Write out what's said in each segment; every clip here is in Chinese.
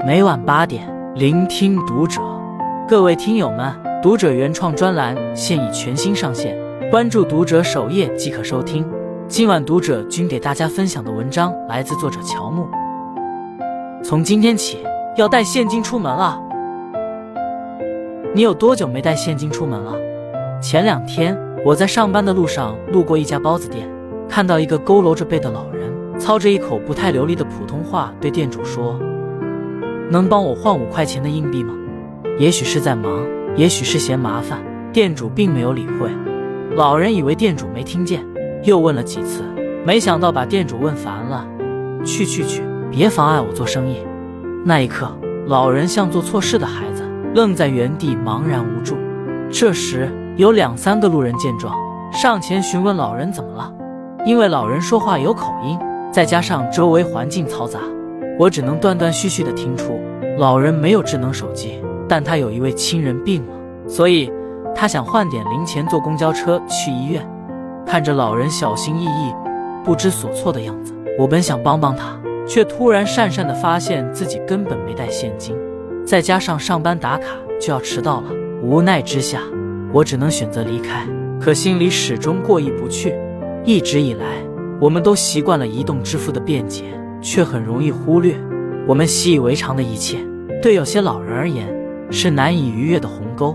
每晚8点，聆听读者。各位听友们，读者原创专栏现已全新上线，关注读者首页即可收听。今晚读者君给大家分享的文章来自作者乔木。从今天起要带现金出门了。你有多久没带现金出门了？前2天我在上班的路上路过一家包子店，看到一个佝偻着背的老人，操着一口不太流利的普通话对店主说：能帮我换5块钱的硬币吗？也许是在忙，也许是嫌麻烦，店主并没有理会。老人以为店主没听见，又问了几次，没想到把店主问烦了。去，别妨碍我做生意。那一刻，老人像做错事的孩子，愣在原地茫然无助。这时有2、3个路人见状，上前询问老人怎么了。因为老人说话有口音，再加上周围环境嘈杂，我只能断断续续地听出老人没有智能手机，但他有一位亲人病了，所以他想换点零钱坐公交车去医院。看着老人小心翼翼不知所措的样子，我本想帮帮他，却突然讪讪地发现自己根本没带现金，再加上上班打卡就要迟到了，无奈之下我只能选择离开，可心里始终过意不去。一直以来我们都习惯了移动支付的便捷，却很容易忽略我们习以为常的一切对有些老人而言是难以逾越的鸿沟。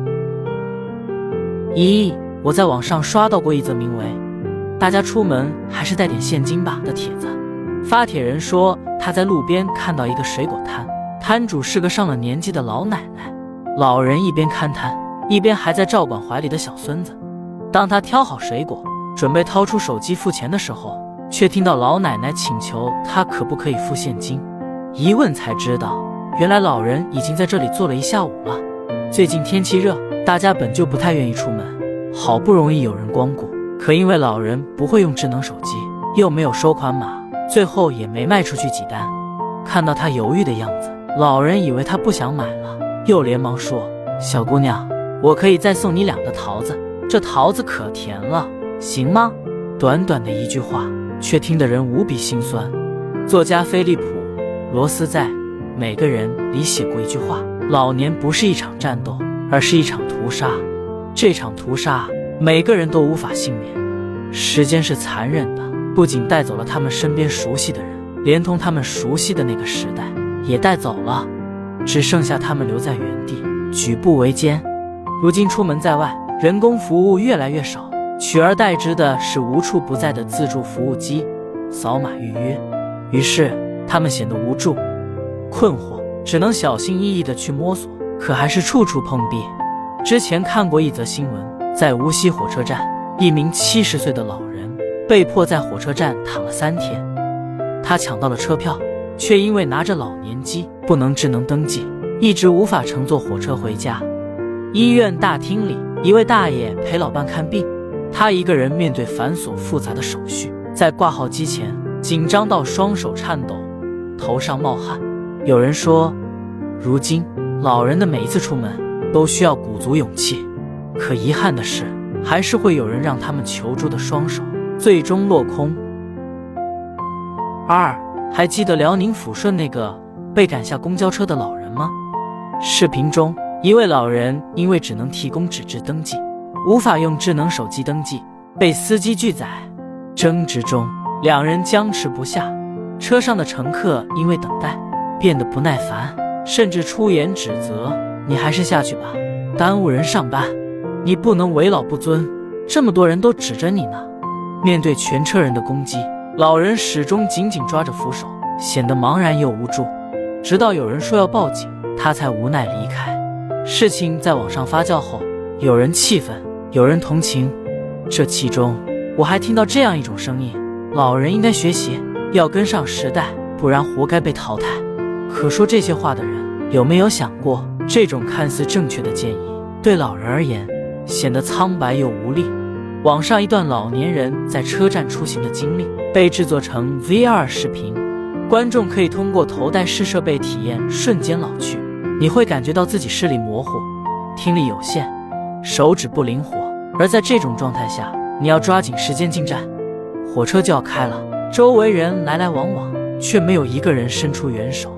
我在网上刷到过一则名为大家出门还是带点现金吧的帖子。发帖人说他在路边看到一个水果摊，摊主是个上了年纪的老奶奶，老人一边看摊一边还在照管怀里的小孙子。当他挑好水果准备掏出手机付钱的时候，却听到老奶奶请求他可不可以付现金。一问才知道，原来老人已经在这里坐了1下午了。最近天气热，大家本就不太愿意出门，好不容易有人光顾，可因为老人不会用智能手机，又没有收款码，最后也没卖出去几单。看到他犹豫的样子，老人以为他不想买了，又连忙说：小姑娘，我可以再送你2个桃子，这桃子可甜了，行吗？短短的一句话，却听得人无比心酸。作家菲利普·罗斯在《每个人》里写过一句话：老年不是一场战斗，而是一场屠杀。这场屠杀，每个人都无法幸免。时间是残忍的，不仅带走了他们身边熟悉的人，连同他们熟悉的那个时代也带走了，只剩下他们留在原地，举步维艰。如今出门在外，人工服务越来越少，取而代之的是无处不在的自助服务机，扫码预约。于是他们显得无助困惑，只能小心翼翼地去摸索，可还是处处碰壁。之前看过一则新闻，在无锡火车站，一名70岁的老人被迫在火车站躺了3天。他抢到了车票，却因为拿着老年机不能智能登记，一直无法乘坐火车回家。医院大厅里，一位大爷陪老伴看病，他一个人面对繁琐复杂的手续，在挂号机前紧张到双手颤抖，头上冒汗。有人说，如今老人的每一次出门都需要鼓足勇气，可遗憾的是，还是会有人让他们求助的双手最终落空。还记得辽宁抚顺那个被赶下公交车的老人吗？视频中，一位老人因为只能提供纸质登记，无法用智能手机登记，被司机拒载。争执中，2人僵持不下，车上的乘客因为等待变得不耐烦，甚至出言指责：你还是下去吧，耽误人上班，你不能为老不尊，这么多人都指着你呢。面对全车人的攻击，老人始终紧紧抓着扶手，显得茫然又无助。直到有人说要报警，他才无奈离开。事情在网上发酵后，有人气愤，有人同情。这其中，我还听到这样一种声音：老人应该学习，要跟上时代，不然活该被淘汰。可说这些话的人，有没有想过，这种看似正确的建议，对老人而言，显得苍白又无力。网上一段老年人在车站出行的经历被制作成 VR 视频，观众可以通过头戴式设备体验瞬间老去。你会感觉到自己视力模糊，听力有限，手指不灵活。而在这种状态下，你要抓紧时间进站，火车就要开了，周围人来来往往，却没有一个人伸出援手。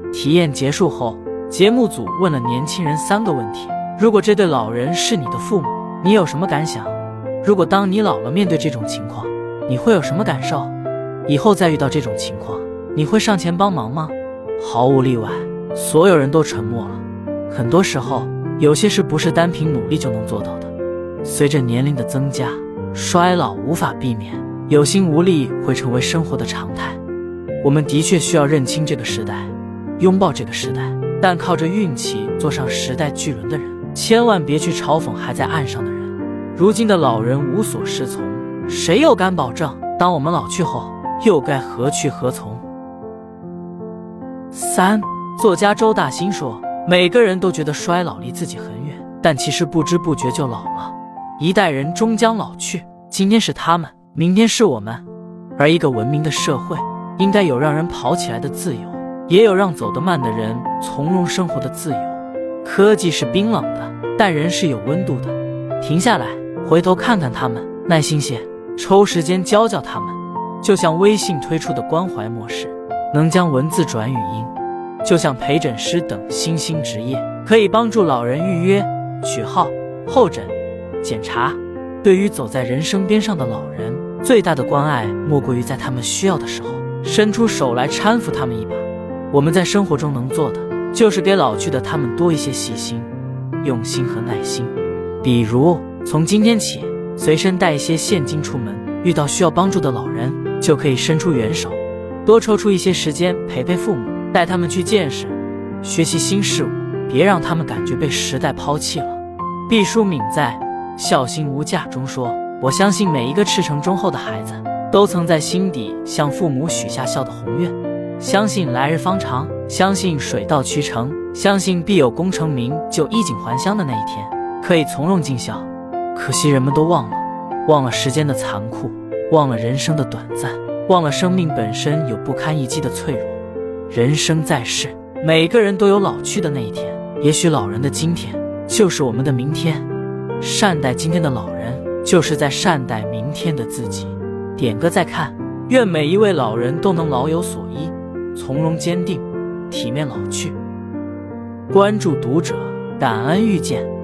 体验结束后，节目组问了年轻人3个问题：如果这对老人是你的父母，你有什么感想？如果当你老了面对这种情况，你会有什么感受？以后再遇到这种情况，你会上前帮忙吗？毫无例外，所有人都沉默了。很多时候，有些事不是单凭努力就能做到的。随着年龄的增加，衰老无法避免，有心无力会成为生活的常态。我们的确需要认清这个时代，拥抱这个时代，但靠着运气坐上时代巨轮的人，千万别去嘲讽还在岸上的人。如今的老人无所适从，谁又敢保证当我们老去后又该何去何从？3. 作家周大兴说，每个人都觉得衰老离自己很远，但其实不知不觉就老了。一代人终将老去，今天是他们，明天是我们。而一个文明的社会，应该有让人跑起来的自由，也有让走得慢的人从容生活的自由。科技是冰冷的，但人是有温度的。停下来，回头看看他们，耐心些，抽时间教教他们。就像微信推出的关怀模式，能将文字转语音；就像陪诊师等新兴职业，可以帮助老人预约、取号、候诊、检查。对于走在人生边上的老人，最大的关爱莫过于在他们需要的时候，伸出手来搀扶他们一把。我们在生活中能做的，就是给老去的他们多一些细心、用心和耐心。比如，从今天起，随身带一些现金出门，遇到需要帮助的老人，就可以伸出援手。多抽出一些时间陪陪父母，带他们去见识、学习新事物，别让他们感觉被时代抛弃了。毕淑敏在《孝心无价》中说，我相信每一个赤诚忠厚的孩子，都曾在心底向父母许下孝的宏愿，相信来日方长，相信水到渠成，相信必有功成名就、衣锦还乡的那一天，可以从容尽孝。可惜人们都忘了时间的残酷，忘了人生的短暂，忘了生命本身有不堪一击的脆弱。人生在世，每个人都有老去的那一天，也许老人的今天就是我们的明天。善待今天的老人，就是在善待明天的自己。点个再看，愿每一位老人都能老有所依，从容坚定，体面老去。关注读者，感恩遇见。